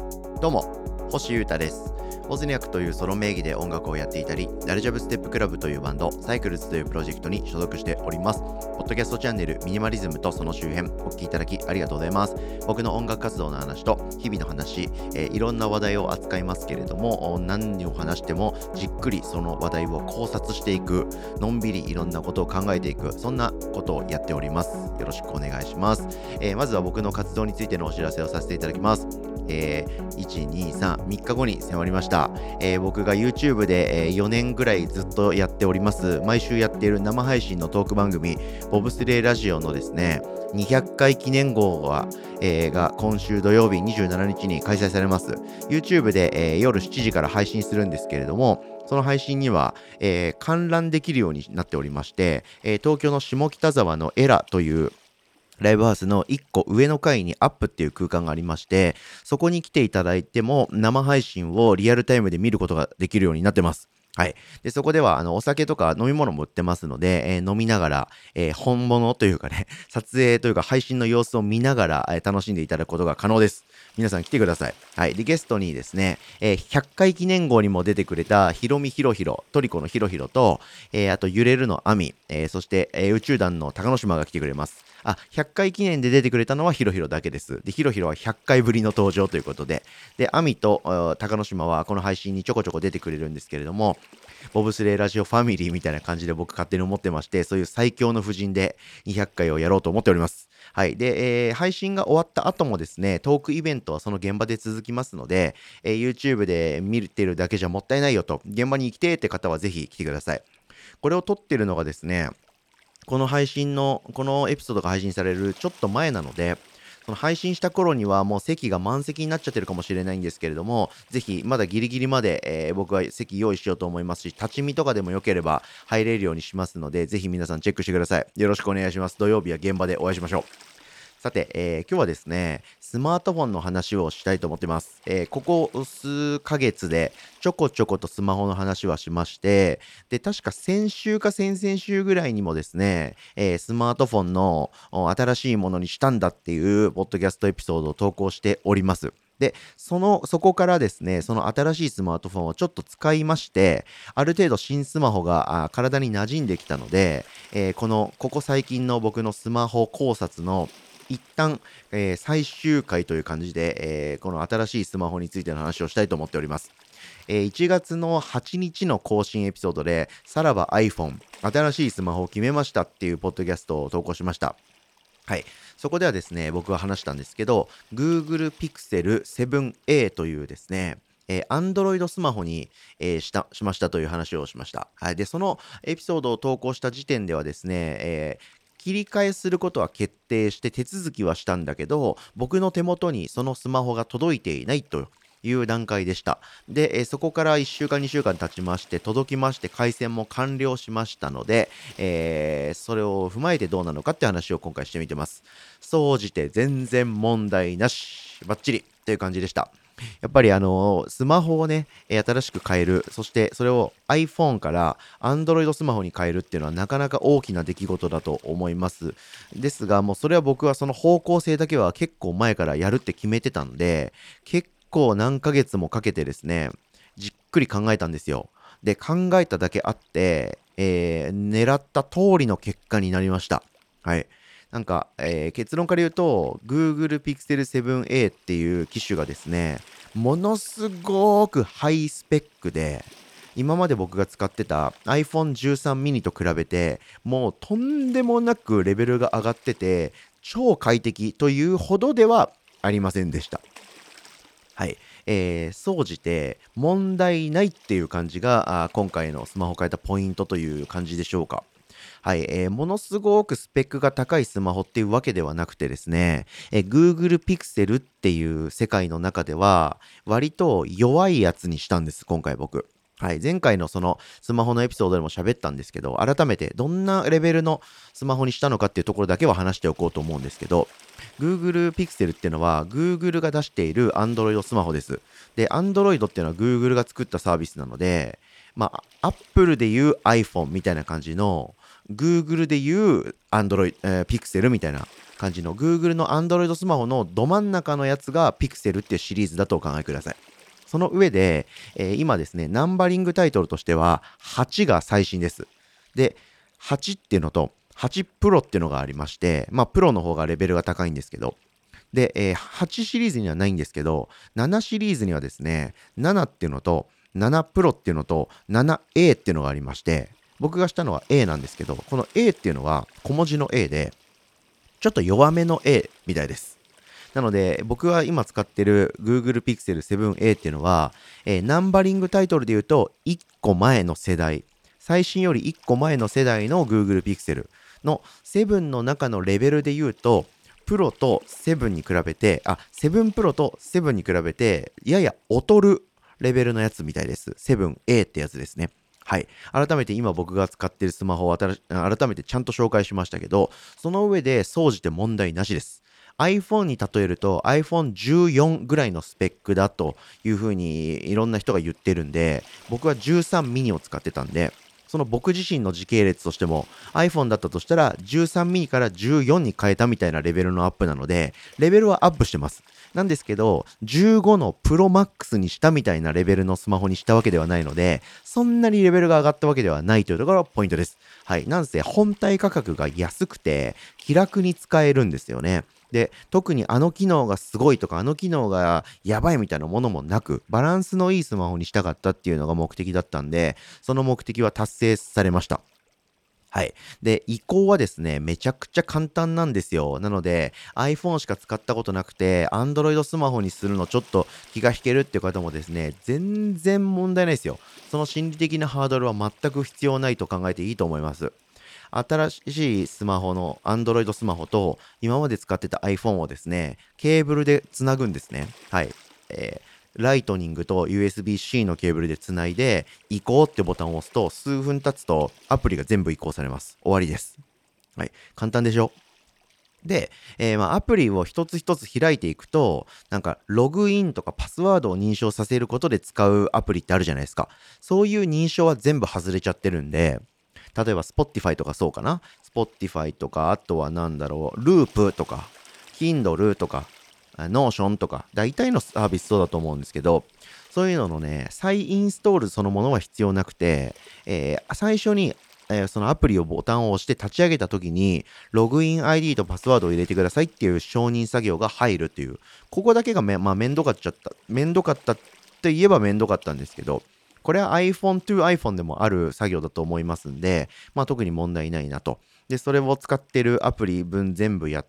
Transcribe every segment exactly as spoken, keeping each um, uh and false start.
どうも、星優太です。オズニャクというソロ名義で音楽をやっていたり、ダルジャブステップクラブというバンド、サイクルズというプロジェクトに所属しております。ポッドキャストチャンネルミニマリズムとその周辺、お聞きいただきありがとうございます。僕の音楽活動の話と日々の話、えーいろんな話題を扱いますけれども、お何を話してもじっくりその話題を考察していく、のんびりいろんなことを考えていく、そんなことをやっております。よろしくお願いします。えーまずは僕の活動についてのお知らせをさせていただきます。えー、いち、に、さん、みっかごに迫りました。えー僕が YouTube で、えーよねんぐらいずっとやっております、毎週やっている生配信のトーク番組、ボブスレーラジオのですね、にひゃっかい記念号は、えーが今週土曜日にじゅうしちにちに開催されます。YouTube で、えー夜しちじから配信するんですけれども、その配信には、えー観覧できるようになっておりまして、えー東京の下北沢のエラというライブハウスのいっこ上の階にアップっていう空間がありまして、そこに来ていただいても生配信をリアルタイムで見ることができるようになってます。はい。で、そこでは、あの、お酒とか飲み物も売ってますので、えー飲みながら、えー本物というかね、撮影というか配信の様子を見ながら、えー楽しんでいただくことが可能です。皆さん来てください。はい。で、ゲストにですね、えーひゃっかい記念号にも出てくれた、ひろみひろひろ、トリコのひろひろと、えーあと、揺れるのあみ、えーそして、えー宇宙団の高野島が来てくれます。あ、ひゃっかい記念で出てくれたのはヒロヒロだけです。で、ヒロヒロはひゃっかいぶりの登場ということで、で、アミとあ高野島はこの配信にちょこちょこ出てくれるんですけれども、ボブスレーラジオファミリーみたいな感じで僕勝手に思ってまして、そういう最強の布陣でにひゃっかいをやろうと思っております。はい。で、えー配信が終わった後もですね、トークイベントはその現場で続きますので、えー YouTube で見てるだけじゃもったいないよと、現場に来てって方はぜひ来てください。これを撮ってるのがですね、この配信の、このエピソードが配信されるちょっと前なので、その配信した頃にはもう席が満席になっちゃってるかもしれないんですけれども、ぜひまだギリギリまで、えー僕は席用意しようと思いますし、立ち見とかでも良ければ入れるようにしますので、ぜひ皆さんチェックしてください。よろしくお願いします。土曜日は現場でお会いしましょう。さて、えー今日はですね、スマートフォンの話をしたいと思ってます。えーここ数ヶ月でちょこちょことスマホの話はしまして、で、確か先週か先々週ぐらいにもですね、えースマートフォンのお新しいものにしたんだっていうポッドキャストエピソードを投稿しております。で、その、そこからですね、その新しいスマートフォンをちょっと使いまして、ある程度新スマホがあ体に馴染んできたので、えーこの、ここ最近の僕のスマホ考察の一旦、えー最終回という感じで、えーこの新しいスマホについての話をしたいと思っております。えーいちがつのはちにちの更新エピソードで、さらば iPhone、新しいスマホを決めましたっていうポッドキャストを投稿しました。はい。そこではですね、僕が話したんですけど、Google Pixel セブンエー というですね、えー Android スマホに、えーした、しましたという話をしました。はい。で、そのエピソードを投稿した時点ではですね、えー切り替えすることは決定して手続きはしたんだけど、僕の手元にそのスマホが届いていないという段階でした。で、えーそこからいっしゅうかん、にしゅうかん経ちまして、届きまして、回線も完了しましたので、えーそれを踏まえてどうなのかって話を今回してみてます。総じて全然問題なし、バッチリという感じでした。やっぱりあのスマホをね、えー新しく変える、そしてそれを iPhone から Android スマホに変えるっていうのはなかなか大きな出来事だと思います。ですが、もうそれは僕はその方向性だけは結構前からやるって決めてたんで、結構何ヶ月もかけてですね、じっくり考えたんですよ。で、考えただけあって、えー狙った通りの結果になりました。はい。なんか、えー結論から言うと、Google Pixel セブンエー っていう機種がですね、ものすごくハイスペックで、今まで僕が使ってた iPhone じゅうさん mini と比べて、もうとんでもなくレベルが上がってて、超快適というほどではありませんでした。はい。えー、総じて問題ないっていう感じが、あー今回のスマホを変えたポイントという感じでしょうか。はい、えーものすごくスペックが高いスマホっていうわけではなくてですね、えー Google Pixel っていう世界の中では、割と弱いやつにしたんです、今回僕。はい、前回のそのスマホのエピソードでも喋ったんですけど、改めてどんなレベルのスマホにしたのかっていうところだけは話しておこうと思うんですけど、Google Pixel っていうのは Google が出している Android スマホです。で、Android っていうのは Google が作ったサービスなので、まあ、Apple でいう iPhone みたいな感じの Google でいう Android、えー Pixel みたいな感じの Google の Android スマホのど真ん中のやつが Pixel っていうシリーズだとお考えください。その上で、えー今ですね、ナンバリングタイトルとしてははちが最新です。で、はちっていうのとはちプロっていうのがありまして、まあプロの方がレベルが高いんですけど、で、えーはちシリーズにはないんですけど、ななシリーズにはですね、ななっていうのと、ななプロっていうのと、ななエー っていうのがありまして、僕がしたのは エー なんですけど、この エー っていうのは小文字の エー で、ちょっと弱めの エー みたいです。なので、僕が今使ってる Google Pixel セブンエー っていうのは、えーナンバリングタイトルで言うと、いっこまえの世代、最新よりいっこまえの世代の Google Pixel のセブンの中のレベルで言うと、プロとセブンに比べて、あ、セブンプロとセブンに比べて、やや劣るレベルのやつみたいです。セブンエー ってやつですね。はい。改めて今僕が使ってるスマホを新し改めてちゃんと紹介しましたけど、その上で総じて問題なしです。iPhone に例えると アイフォンじゅうよん ぐらいのスペックだというふうにいろんな人が言ってるんで、僕はじゅうさんミニを使ってたんで、その僕自身の時系列としても iPhone だったとしたらじゅうさんミニからじゅうよんに変えたみたいなレベルのアップなので、レベルはアップしてます。なんですけど、じゅうごのプロマックスにしたみたいなレベルのスマホにしたわけではないので、そんなにレベルが上がったわけではないというところがポイントです。はい。なんせ本体価格が安くて気楽に使えるんですよね。で、特にあの機能がすごいとか、あの機能がやばいみたいなものもなく、バランスのいいスマホにしたかったっていうのが目的だったんで、その目的は達成されました。はい。で、移行はですね、めちゃくちゃ簡単なんですよ。なので、iPhone しか使ったことなくて、Android スマホにするのちょっと気が引けるっていう方もですね、全然問題ないですよ。その心理的なハードルは全く必要ないと考えていいと思います。新しいスマホの Android スマホと今まで使ってた iPhone をですね、ケーブルでつなぐんですね。はい。えーライトニングと ユーエスビー-C のケーブルでつないで、移行ってボタンを押すと、数分経つとアプリが全部移行されます。終わりです。はい。簡単でしょ？で、えーまあ、アプリを一つ一つ開いていくと、なんか、ログインとかパスワードを認証させることで使うアプリってあるじゃないですか。そういう認証は全部外れちゃってるんで、例えば Spotify とかそうかな。Spotify とか、あとはなんだろう、ループとか、Kindle とか、Notion とか、大体のサービスそうだと思うんですけど、そういうののね、再インストールそのものは必要なくて、えー最初に、えーそのアプリをボタンを押して立ち上げた時に、ログイン アイディー とパスワードを入れてくださいっていう承認作業が入るっていう、ここだけがめ、まあ、めんどかっちゃった、めんどかったって言えばめんどかったんですけど、これは iPhone to iPhone でもある作業だと思いますんで、まあ特に問題ないなと。で、それを使ってるアプリ分全部やって、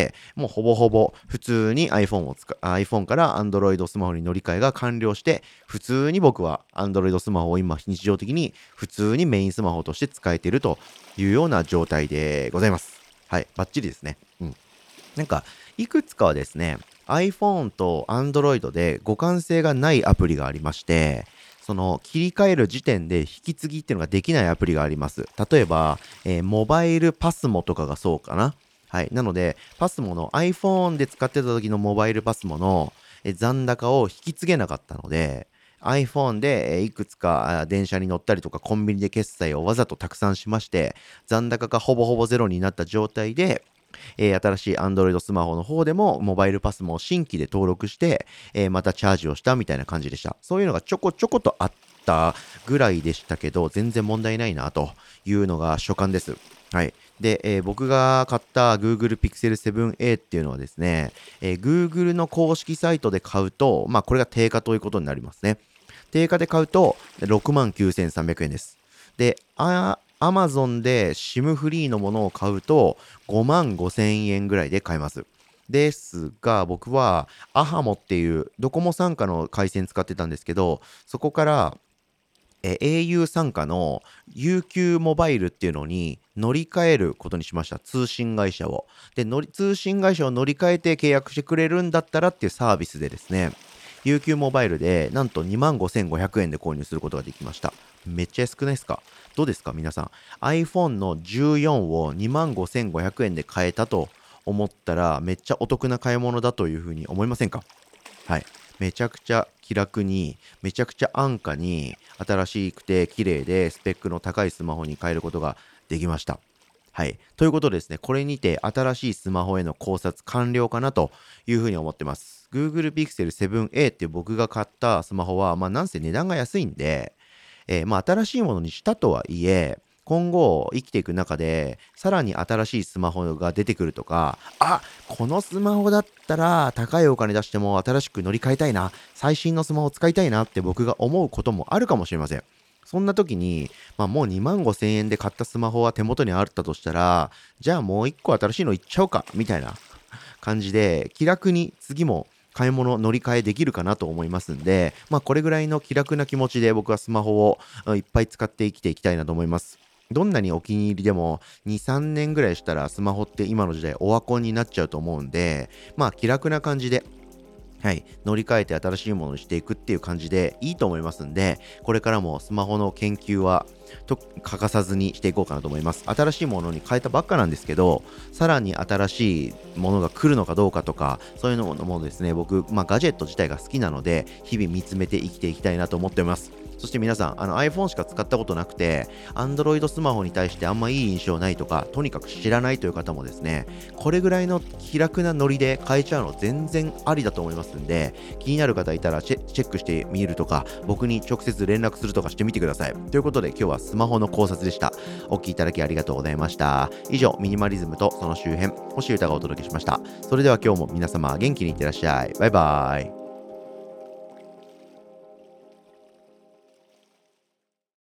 もうほぼほぼ普通に iPhone を使、iPhone から Android スマホに乗り換えが完了して、普通に僕は Android スマホを今日常的に普通にメインスマホとして使えているというような状態でございます。はい、バッチリですね。うん。なんか、いくつかはですね、iPhone と Android で互換性がないアプリがありまして、その切り替える時点で引き継ぎっていうのができないアプリがあります。例えば、えーモバイルパスモとかがそうかな。はい。なので、パスモの iPhone で使ってた時のモバイルパスモのえー残高を引き継げなかったので、iPhone でえーいくつかあ電車に乗ったりとかコンビニで決済をわざとたくさんしまして、残高がほぼほぼゼロになった状態で、えー新しい Android スマホの方でもモバイルパスも新規で登録して、えーまたチャージをしたみたいな感じでした。そういうのがちょこちょことあったぐらいでしたけど、全然問題ないなというのが所感です。はい。で、えー僕が買った Google Pixel セブンエー っていうのはですね、えー Google の公式サイトで買うと、まあこれが定価ということになりますね。定価で買うとろくまんきゅうせんさんびゃくえんです。で、あ Amazon で SIM フリーのものを買うとごまんごせんえんぐらいで買えます。ですが、僕はアハモっていうドコモ傘下の回線使ってたんですけど、そこからえ au 傘下の ユーキュー モバイルっていうのに乗り換えることにしました。通信会社を。で、乗り通信会社を乗り換えて契約してくれるんだったらっていうサービスでですね、ユーキュー モバイルでなんとにまんごせんごひゃくえんで購入することができました。めっちゃ安くないですか？どうですか皆さん。iPhone のじゅうよんをにまんごせんごひゃくえんで買えたと思ったらめっちゃお得な買い物だというふうに思いませんか？はい。めちゃくちゃ気楽に、めちゃくちゃ安価に、新しくて綺麗でスペックの高いスマホに変えることができました。 はい。ということでですね、これにて新しいスマホへの考察完了かなというふうに思ってます。Google Pixel セブンエー っていう僕が買ったスマホは、まあなんせ値段が安いんで、えーまあ新しいものにしたとはいえ、今後生きていく中で、さらに新しいスマホが出てくるとか、あ、このスマホだったら高いお金出しても新しく乗り換えたいな、最新のスマホを使いたいなって僕が思うこともあるかもしれません。そんな時に、まあもうにまんごせん円で買ったスマホは手元にあったとしたら、じゃあもういっこ新しいのいっちゃおうか、みたいな感じで、気楽に次も買い物乗り換えできるかなと思いますんで、まあこれぐらいの気楽な気持ちで僕はスマホをうんいっぱい使って生きていきたいなと思います。どんなにお気に入りでもに、さんねんぐらいしたらスマホって今の時代オワコンになっちゃうと思うんで、まあ気楽な感じではい、乗り換えて新しいものにしていくっていう感じでいいと思いますんで、これからもスマホの研究はと欠かさずにしていこうかなと思います。新しいものに変えたばっかなんですけど、さらに新しいものが来るのかどうかとか、そういうのもですね、僕、まあ、ガジェット自体が好きなので、日々見つめて生きていきたいなと思っております。そして皆さん、あの iPhone しか使ったことなくて、Android スマホに対してあんまいい印象ないとか、とにかく知らないという方もですね、これぐらいの気楽なノリで変えちゃうの全然ありだと思いますんで、気になる方いたらチェチェックしてみるとか、僕に直接連絡するとかしてみてください。ということで今日はスマホの考察でした。お聞きいただきありがとうございました。以上、ミニマリズムとその周辺、星歌がお届けしました。それでは今日も皆様元気にいってらっしゃい。バイバーイ。